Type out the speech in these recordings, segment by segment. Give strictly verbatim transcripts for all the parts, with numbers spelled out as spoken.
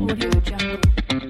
Audio Jungle.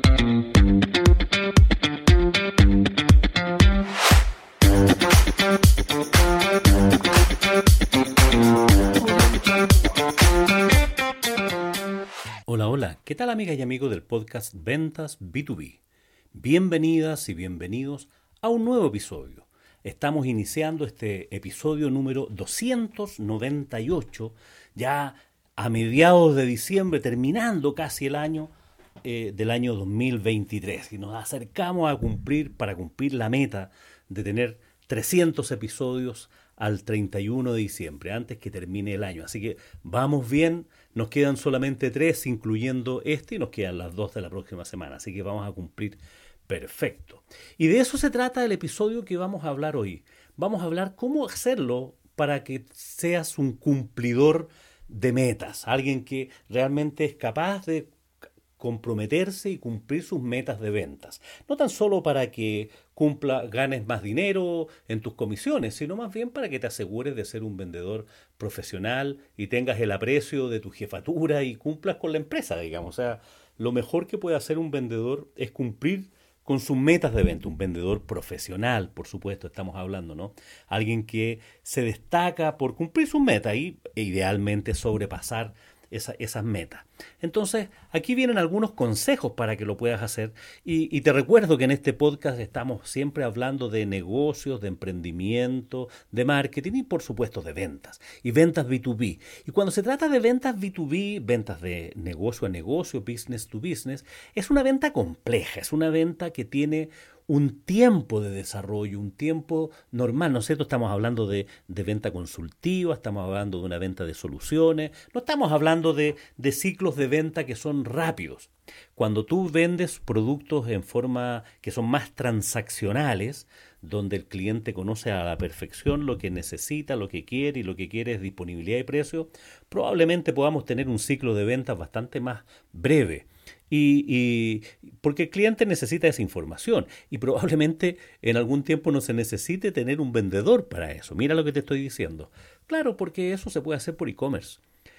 Hola, hola, ¿qué tal amigas y amigos del podcast Ventas B dos B? Bienvenidas y bienvenidos a un nuevo episodio. Estamos iniciando este episodio número doscientos noventa y ocho, ya a mediados de diciembre, terminando casi el año eh, del año dos mil veintitrés. Y nos acercamos a cumplir, para cumplir la meta de tener trescientos episodios al treinta y uno de diciembre, antes que termine el año. Así que vamos bien, nos quedan solamente tres, incluyendo este, y nos quedan las dos de la próxima semana. Así que vamos a cumplir perfecto. Y de eso se trata el episodio que vamos a hablar hoy. Vamos a hablar cómo hacerlo para que seas un cumplidor de metas, alguien que realmente es capaz de comprometerse y cumplir sus metas de ventas. No tan solo para que cumpla, ganes más dinero en tus comisiones, sino más bien para que te asegures de ser un vendedor profesional y tengas el aprecio de tu jefatura y cumplas con la empresa, digamos. O sea, lo mejor que puede hacer un vendedor es cumplir con sus metas de venta. Un vendedor profesional, por supuesto, estamos hablando, ¿no? Alguien que se destaca por cumplir sus metas y e idealmente sobrepasar esa, esas metas. Entonces, aquí vienen algunos consejos para que lo puedas hacer. Y, y te recuerdo que en este podcast estamos siempre hablando de negocios, de emprendimiento, de marketing y, por supuesto, de ventas. Y ventas B dos B. Y cuando se trata de ventas B dos B, ventas de negocio a negocio, business to business, es una venta compleja. Es una venta que tiene un tiempo de desarrollo, un tiempo normal, ¿no es cierto? Estamos hablando de, de venta consultiva, estamos hablando de una venta de soluciones, no estamos hablando de, de ciclos de venta que son rápidos. Cuando tú vendes productos en forma que son más transaccionales, donde el cliente conoce a la perfección lo que necesita, lo que quiere y lo que quiere es disponibilidad y precio, probablemente podamos tener un ciclo de ventas bastante más breve. Y, y porque el cliente necesita esa información y probablemente en algún tiempo no se necesite tener un vendedor para eso. Mira lo que te estoy diciendo. Claro, porque eso se puede hacer por e-commerce.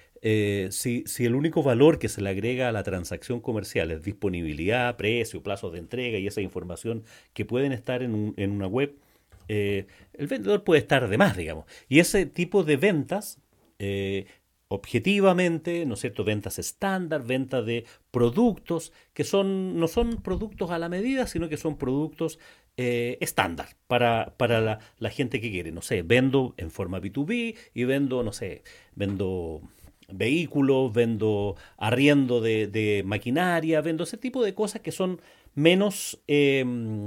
Eh, si, si el único valor que se le agrega a la transacción comercial es disponibilidad, precio, plazos de entrega y esa información que pueden estar en, un, en una web, eh, el vendedor puede estar de más, digamos. Y ese tipo de ventas, eh, objetivamente, ¿no es cierto?, ventas estándar, ventas de productos que son no son productos a la medida, sino que son productos eh, estándar para, para la, la gente que quiere. No sé, vendo en forma B dos B y vendo, no sé, vendo vehículos, vendo arriendo de, de maquinaria, vendo ese tipo de cosas que son menos eh,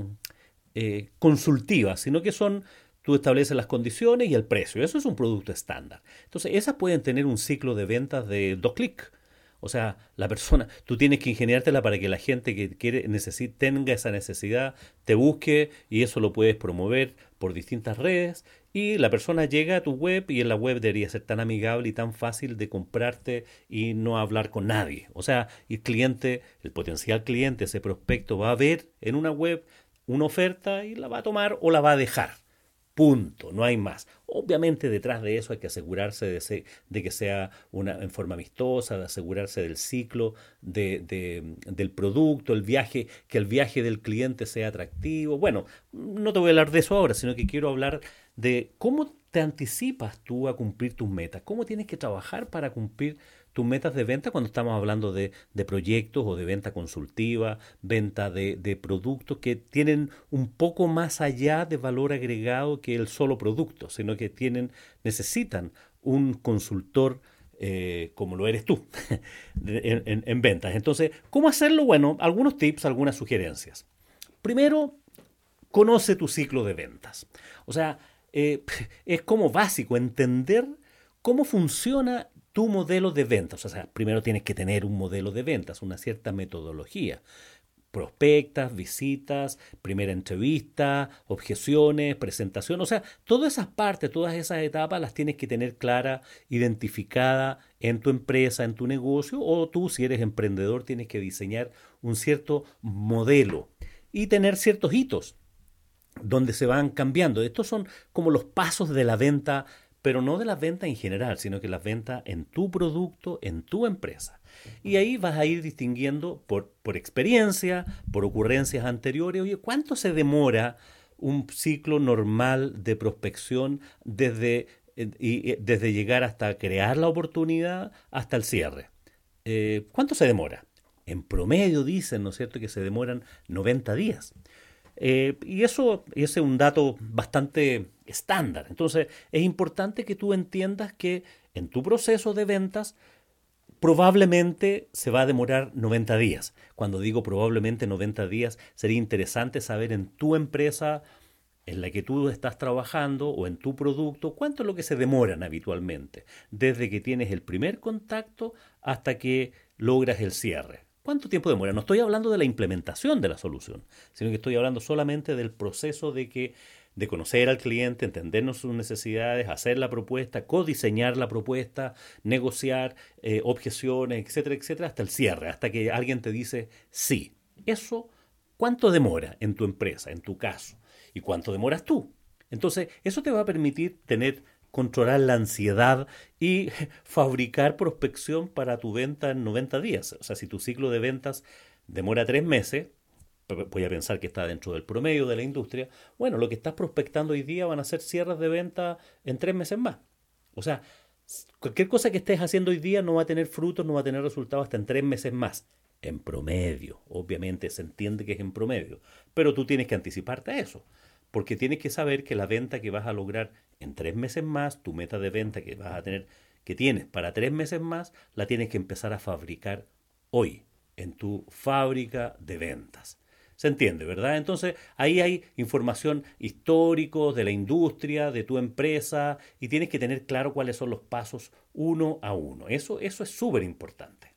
eh, consultivas, sino que son tú estableces las condiciones y el precio. Eso es un producto estándar. Entonces, esas pueden tener un ciclo de ventas de dos clics. O sea, la persona, tú tienes que ingeniártela para que la gente que quiere necesit, tenga esa necesidad, te busque y eso lo puedes promover por distintas redes y la persona llega a tu web y en la web debería ser tan amigable y tan fácil de comprarte y no hablar con nadie. O sea, el cliente, el potencial cliente, ese prospecto va a ver en una web una oferta y la va a tomar o la va a dejar. Punto, no hay más. Obviamente detrás de eso hay que asegurarse de, se, de que sea una, en forma amistosa, de asegurarse del ciclo de, de, del producto, el viaje, que el viaje del cliente sea atractivo. Bueno, no te voy a hablar de eso ahora, sino que quiero hablar de cómo te anticipas tú a cumplir tus metas, cómo tienes que trabajar para cumplir tus metas de venta cuando estamos hablando de, de proyectos o de venta consultiva, venta de, de productos que tienen un poco más allá de valor agregado que el solo producto, sino que tienen, necesitan un consultor eh, como lo eres tú en, en, en ventas. Entonces, ¿cómo hacerlo? Bueno, algunos tips, algunas sugerencias. Primero, conoce tu ciclo de ventas. O sea, eh, es como básico entender cómo funciona tu modelo de ventas. O sea, primero tienes que tener un modelo de ventas, una cierta metodología. Prospectas, visitas, primera entrevista, objeciones, presentación. O sea, todas esas partes, todas esas etapas las tienes que tener clara, identificada en tu empresa, en tu negocio, o tú, si eres emprendedor, tienes que diseñar un cierto modelo y tener ciertos hitos donde se van cambiando. Estos son como los pasos de la venta pero no de las ventas en general, sino que las ventas en tu producto, en tu empresa. Y ahí vas a ir distinguiendo por, por experiencia, por ocurrencias anteriores, oye, ¿cuánto se demora un ciclo normal de prospección desde, eh, y, desde llegar hasta crear la oportunidad hasta el cierre? Eh, ¿Cuánto se demora? En promedio dicen, ¿no es cierto?, que se demoran noventa días. Eh, y eso ese es un dato bastante estándar. Entonces, es importante que tú entiendas que en tu proceso de ventas probablemente se va a demorar noventa días. Cuando digo probablemente noventa días, sería interesante saber en tu empresa en la que tú estás trabajando o en tu producto, cuánto es lo que se demoran habitualmente, desde que tienes el primer contacto hasta que logras el cierre. ¿Cuánto tiempo demora? No estoy hablando de la implementación de la solución, sino que estoy hablando solamente del proceso de que de conocer al cliente, entendernos sus necesidades, hacer la propuesta, codiseñar la propuesta, negociar eh, objeciones, etcétera, etcétera, hasta el cierre, hasta que alguien te dice sí. Eso, ¿cuánto demora en tu empresa, en tu caso? ¿Y cuánto demoras tú? Entonces, eso te va a permitir tener, controlar la ansiedad y fabricar prospección para tu venta en noventa días. O sea, si tu ciclo de ventas demora tres meses, voy a pensar que está dentro del promedio de la industria, bueno, lo que estás prospectando hoy día van a ser cierres de venta en tres meses más. O sea, cualquier cosa que estés haciendo hoy día no va a tener frutos, no va a tener resultados hasta en tres meses más. En promedio, obviamente se entiende que es en promedio, pero tú tienes que anticiparte a eso, porque tienes que saber que la venta que vas a lograr en tres meses más, tu meta de venta que vas a tener, que tienes para tres meses más, la tienes que empezar a fabricar hoy, en tu fábrica de ventas. ¿Se entiende, verdad? Entonces, ahí hay información histórica de la industria, de tu empresa, y tienes que tener claro cuáles son los pasos uno a uno. Eso, eso es súper importante.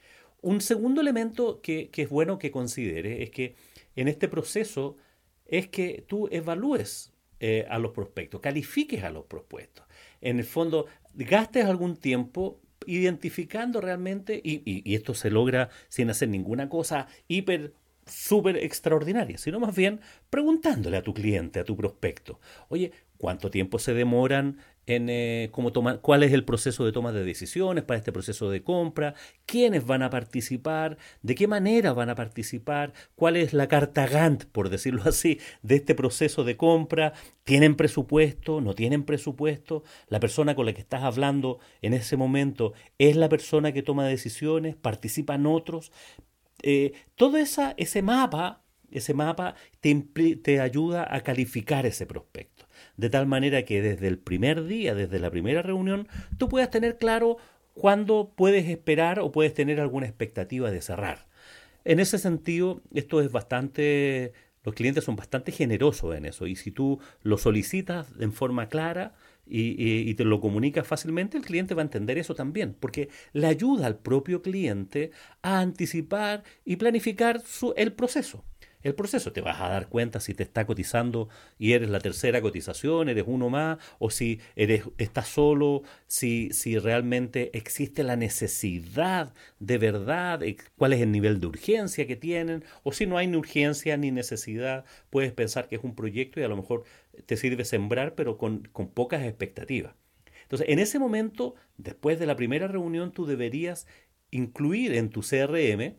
Un segundo elemento que, que es bueno que consideres es que en este proceso es que tú evalúes eh, a los prospectos, califiques a los prospectos. En el fondo, gastes algún tiempo identificando realmente, y, y, y esto se logra sin hacer ninguna cosa hiper súper extraordinaria, sino más bien preguntándole a tu cliente, a tu prospecto, oye, ¿cuánto tiempo se demoran en eh, cómo toma, cuál es el proceso de toma de decisiones para este proceso de compra? ¿Quiénes van a participar? ¿De qué manera van a participar? ¿Cuál es la carta Gantt, por decirlo así, de este proceso de compra? ¿Tienen presupuesto? ¿No tienen presupuesto? ¿La persona con la que estás hablando en ese momento es la persona que toma decisiones? ¿Participan otros? Eh, todo esa, ese mapa, ese mapa te, impli- te ayuda a calificar ese prospecto. De tal manera que desde el primer día, desde la primera reunión, tú puedas tener claro cuándo puedes esperar o puedes tener alguna expectativa de cerrar. En ese sentido, esto es bastante, los clientes son bastante generosos en eso, y si tú lo solicitas en forma clara y, y, y te lo comunicas fácilmente, el cliente va a entender eso también, porque le ayuda al propio cliente a anticipar y planificar su, el proceso. El proceso te vas a dar cuenta si te está cotizando y eres la tercera cotización, eres uno más, o si eres, estás solo, si, si realmente existe la necesidad de verdad, cuál es el nivel de urgencia que tienen, o si no hay ni urgencia ni necesidad, puedes pensar que es un proyecto y a lo mejor te sirve sembrar, pero con, con pocas expectativas. Entonces, en ese momento, después de la primera reunión, tú deberías incluir en tu C R M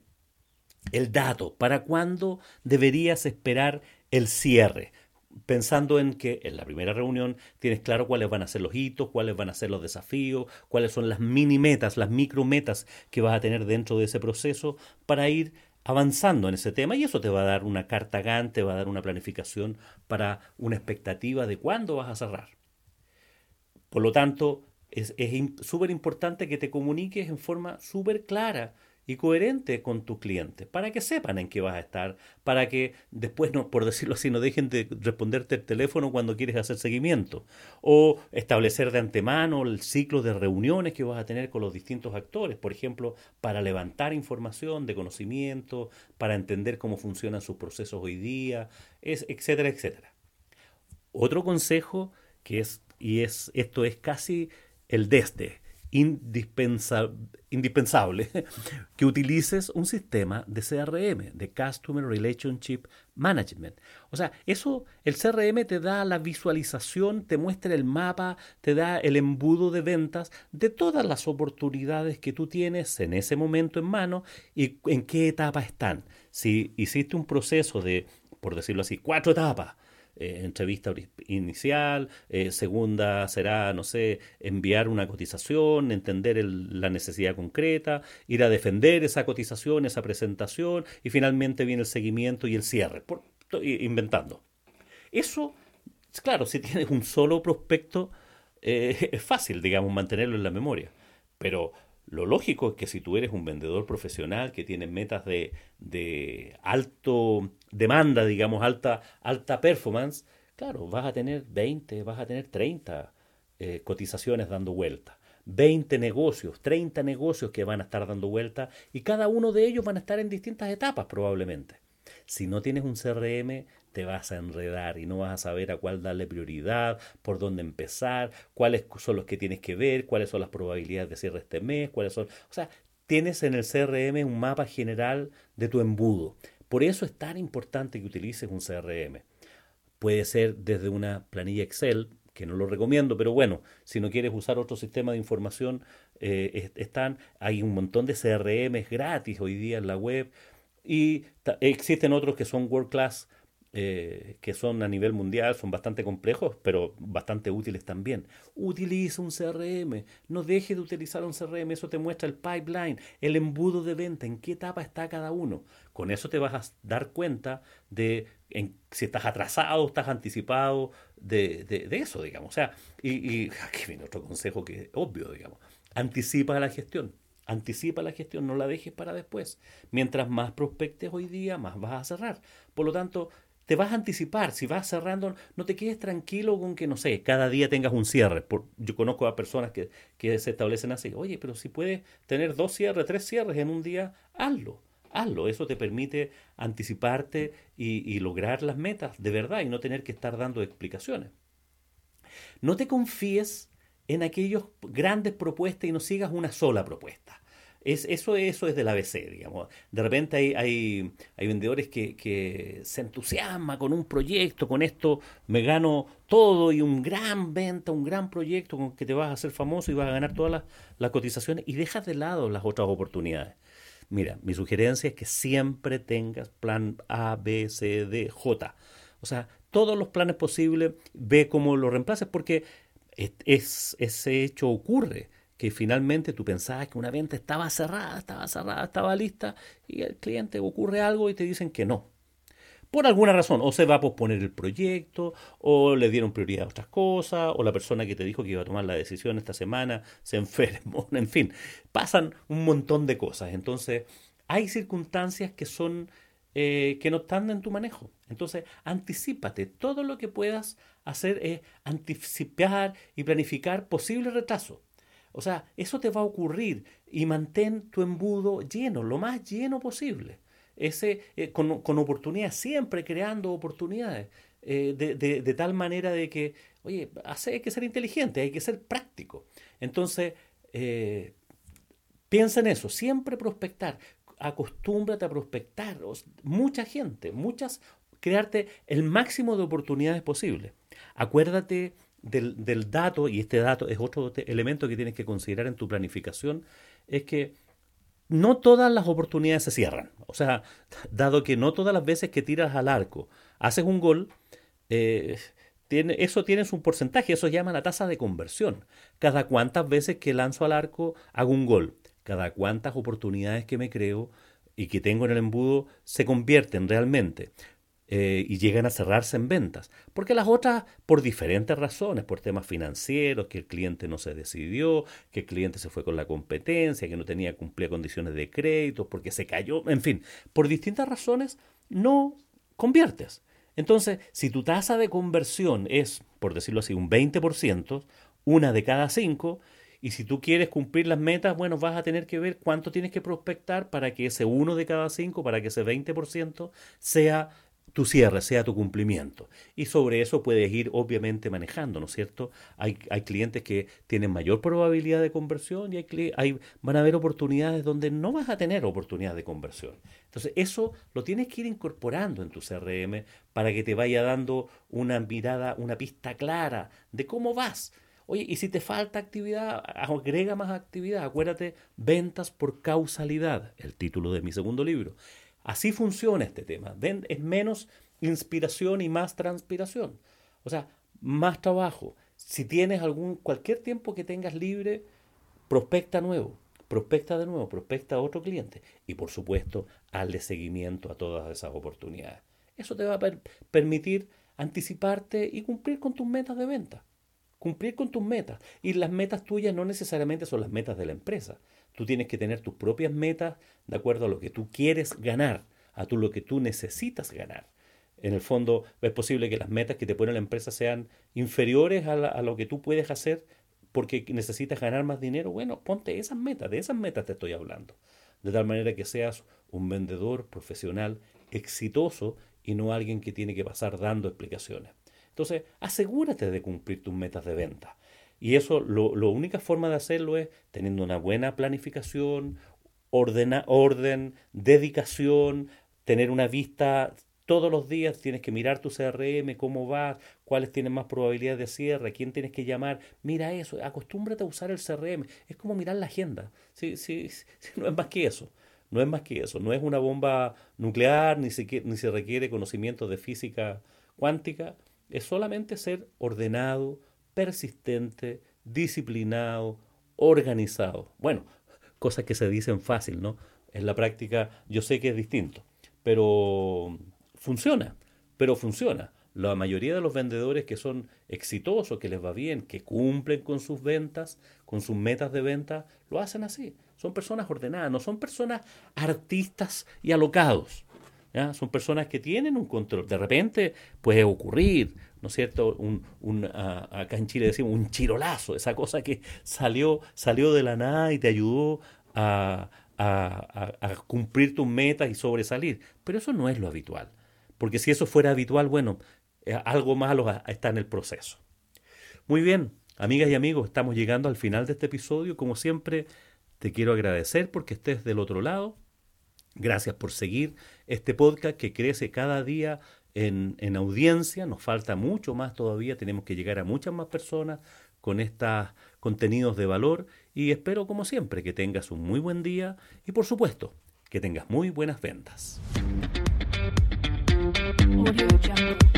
el dato, para cuándo deberías esperar el cierre, pensando en que en la primera reunión tienes claro cuáles van a ser los hitos, cuáles van a ser los desafíos, cuáles son las mini metas, las micro metas que vas a tener dentro de ese proceso para ir avanzando en ese tema, y eso te va a dar una carta Gantt, te va a dar una planificación para una expectativa de cuándo vas a cerrar. Por lo tanto, es súper importante que te comuniques en forma súper clara y coherente con tus clientes, para que sepan en qué vas a estar, para que después, no, por decirlo así, no dejen de responderte el teléfono cuando quieres hacer seguimiento, o establecer de antemano el ciclo de reuniones que vas a tener con los distintos actores, por ejemplo, para levantar información de conocimiento, para entender cómo funcionan sus procesos hoy día, es, etcétera, etcétera. Otro consejo que es, y es, esto es casi el desde, indispensa- indispensable que utilices un sistema de C R M, de Customer Relationship Management. O sea, eso, el C R M te da la visualización, te muestra el mapa, te da el embudo de ventas de todas las oportunidades que tú tienes en ese momento en mano y en qué etapa están. Si hiciste un proceso de, por decirlo así, cuatro etapas, eh, entrevista inicial, eh, segunda será, no sé, enviar una cotización, entender el- la necesidad concreta, ir a defender esa cotización, esa presentación, y finalmente viene el seguimiento y el cierre, por, estoy inventando. Eso, claro, si tienes un solo prospecto, eh, es fácil, digamos, mantenerlo en la memoria. Pero lo lógico es que si tú eres un vendedor profesional que tiene metas de, de alto demanda, digamos, alta, alta performance, claro, vas a tener veinte, vas a tener treinta eh, cotizaciones dando vuelta. Veinte negocios, treinta negocios que van a estar dando vuelta y cada uno de ellos van a estar en distintas etapas probablemente. Si no tienes un C R M, te vas a enredar y no vas a saber a cuál darle prioridad, por dónde empezar, cuáles son los que tienes que ver, cuáles son las probabilidades de cierre este mes, cuáles son... O sea, tienes en el C R M un mapa general de tu embudo. Por eso es tan importante que utilices un C R M. Puede ser desde una planilla Excel, que no lo recomiendo, pero bueno, si no quieres usar otro sistema de información, eh, están, hay un montón de C R Ms gratis hoy día en la web y ta- existen otros que son world class, eh, que son a nivel mundial, son bastante complejos, pero bastante útiles también. Utiliza un C R M, no dejes de utilizar un C R M, eso te muestra el pipeline, el embudo de venta, en qué etapa está cada uno. Con eso te vas a dar cuenta de en- si estás atrasado, estás anticipado de, de- de eso, digamos. O sea, y, y aquí viene otro consejo que es obvio, digamos. Anticipa la gestión. Anticipa la gestión, no la dejes para después. Mientras más prospectes hoy día, más vas a cerrar. Por lo tanto, te vas a anticipar. Si vas cerrando, no te quedes tranquilo con que, no sé, cada día tengas un cierre. Por- yo conozco a personas que, que se establecen así. Oye, pero si puedes tener dos cierres, tres cierres en un día, hazlo. Hazlo. Eso te permite anticiparte y, y lograr las metas de verdad y no tener que estar dando explicaciones. No te confíes en aquellos grandes propuestas y no sigas una sola propuesta. Es, eso, eso es del A B C, digamos. De repente hay, hay, hay vendedores que, que se entusiasman con un proyecto, con esto me gano todo y un gran venta, un gran proyecto con que te vas a hacer famoso y vas a ganar todas las, las cotizaciones y dejas de lado las otras oportunidades. Mira, mi sugerencia es que siempre tengas plan A, B, C, D, J. O sea, todos los planes posibles, ve cómo lo reemplaces, porque es, es- ese hecho ocurre, que finalmente tú pensabas que una venta estaba cerrada, estaba cerrada, estaba lista, y el cliente ocurre algo y te dicen que no. Por alguna razón, o se va a posponer el proyecto, o le dieron prioridad a otras cosas, o la persona que te dijo que iba a tomar la decisión esta semana se enfermó, en fin, pasan un montón de cosas. Entonces, hay circunstancias que son eh, que no están en tu manejo. Entonces, anticípate. Todo lo que puedas hacer es anticipar y planificar posibles retrasos. O sea, eso te va a ocurrir y mantén tu embudo lleno, lo más lleno posible. Ese, eh, con, con oportunidades, siempre creando oportunidades, eh, de, de- de tal manera de que, oye, hace- hay que ser inteligente, hay que ser práctico. Entonces, eh, piensa en eso, siempre prospectar, acostúmbrate a prospectar, o s- mucha gente, muchas, crearte el máximo de oportunidades posibles. Acuérdate del, del dato, y este dato es otro te- elemento que tienes que considerar en tu planificación, es que no todas las oportunidades se cierran. O sea, dado que no todas las veces que tiras al arco haces un gol, eh, tiene, eso tienes un porcentaje, eso se llama la tasa de conversión. Cada cuántas veces que lanzo al arco hago un gol. Cada cuántas oportunidades que me creo y que tengo en el embudo se convierten realmente, eh, y llegan a cerrarse en ventas. Porque las otras, por diferentes razones, por temas financieros, que el cliente no se decidió, que el cliente se fue con la competencia, que no tenía cumplía condiciones de crédito, porque se cayó, en fin, por distintas razones no conviertes. Entonces, si tu tasa de conversión es, por decirlo así, un veinte por ciento, una de cada cinco, y si tú quieres cumplir las metas, bueno, vas a tener que ver cuánto tienes que prospectar para que ese uno de cada cinco, para que ese veinte por ciento sea tu cierre, sea tu cumplimiento. Y sobre eso puedes ir obviamente manejando, ¿no es cierto? Hay, hay clientes que tienen mayor probabilidad de conversión y hay, cli- hay, van a haber oportunidades donde no vas a tener oportunidad de conversión. Entonces eso lo tienes que ir incorporando en tu C R M para que te vaya dando una mirada, una pista clara de cómo vas. Oye, y si te falta actividad, agrega más actividad. Acuérdate, ventas por causalidad, el título de mi segundo libro. Así funciona este tema. Ven, es menos inspiración y más transpiración. O sea, más trabajo. Si tienes algún, cualquier tiempo que tengas libre, prospecta nuevo, prospecta de nuevo, prospecta a otro cliente. Y por supuesto, hazle seguimiento a todas esas oportunidades. Eso te va a per- permitir anticiparte y cumplir con tus metas de venta. Cumplir con tus metas. Y las metas tuyas no necesariamente son las metas de la empresa. Tú tienes que tener tus propias metas de acuerdo a lo que tú quieres ganar, a tú, lo que tú necesitas ganar. En el fondo, es posible que las metas que te pone la empresa sean inferiores a, la- a lo que tú puedes hacer porque necesitas ganar más dinero. Bueno, ponte esas metas, de esas metas te estoy hablando. De tal manera que seas un vendedor profesional exitoso y no alguien que tiene que pasar dando explicaciones. Entonces, asegúrate de cumplir tus metas de venta. Y eso, lo, la única forma de hacerlo es teniendo una buena planificación, ordena, orden, dedicación, tener una vista todos los días, tienes que mirar tu C R M, cómo va, cuáles tienen más probabilidades de cierre, quién tienes que llamar. Mira eso, acostúmbrate a usar el C R M. Es como mirar la agenda. Sí, sí, sí, no es más que eso. No es más que eso. No es una bomba nuclear, ni, siquiera, ni se requiere conocimiento de física cuántica. Es solamente ser ordenado, persistente, disciplinado, organizado. Bueno, cosas que se dicen fácil, ¿no? En la práctica yo sé que es distinto, pero funciona, pero funciona. La mayoría de los vendedores que son exitosos, que les va bien, que cumplen con sus ventas, con sus metas de venta, lo hacen así. Son personas ordenadas, no son personas artistas y alocados. ¿Ya? Son personas que tienen un control. De repente puede ocurrir, ¿no es cierto? Un, un, a- acá en Chile decimos un chirolazo, esa cosa que salió, salió de la nada y te ayudó a, a- a- a cumplir tus metas y sobresalir. Pero eso no es lo habitual. Porque si eso fuera habitual, bueno, eh, algo malo a- está en el proceso. Muy bien, amigas y amigos, estamos llegando al final de este episodio. Como siempre, te quiero agradecer porque estés del otro lado. Gracias por seguir este podcast que crece cada día en, en audiencia. Nos falta mucho más todavía. Tenemos que llegar a muchas más personas con estos contenidos de valor. Y espero, como siempre, que tengas un muy buen día y, por supuesto, que tengas muy buenas ventas. Audio Jungle.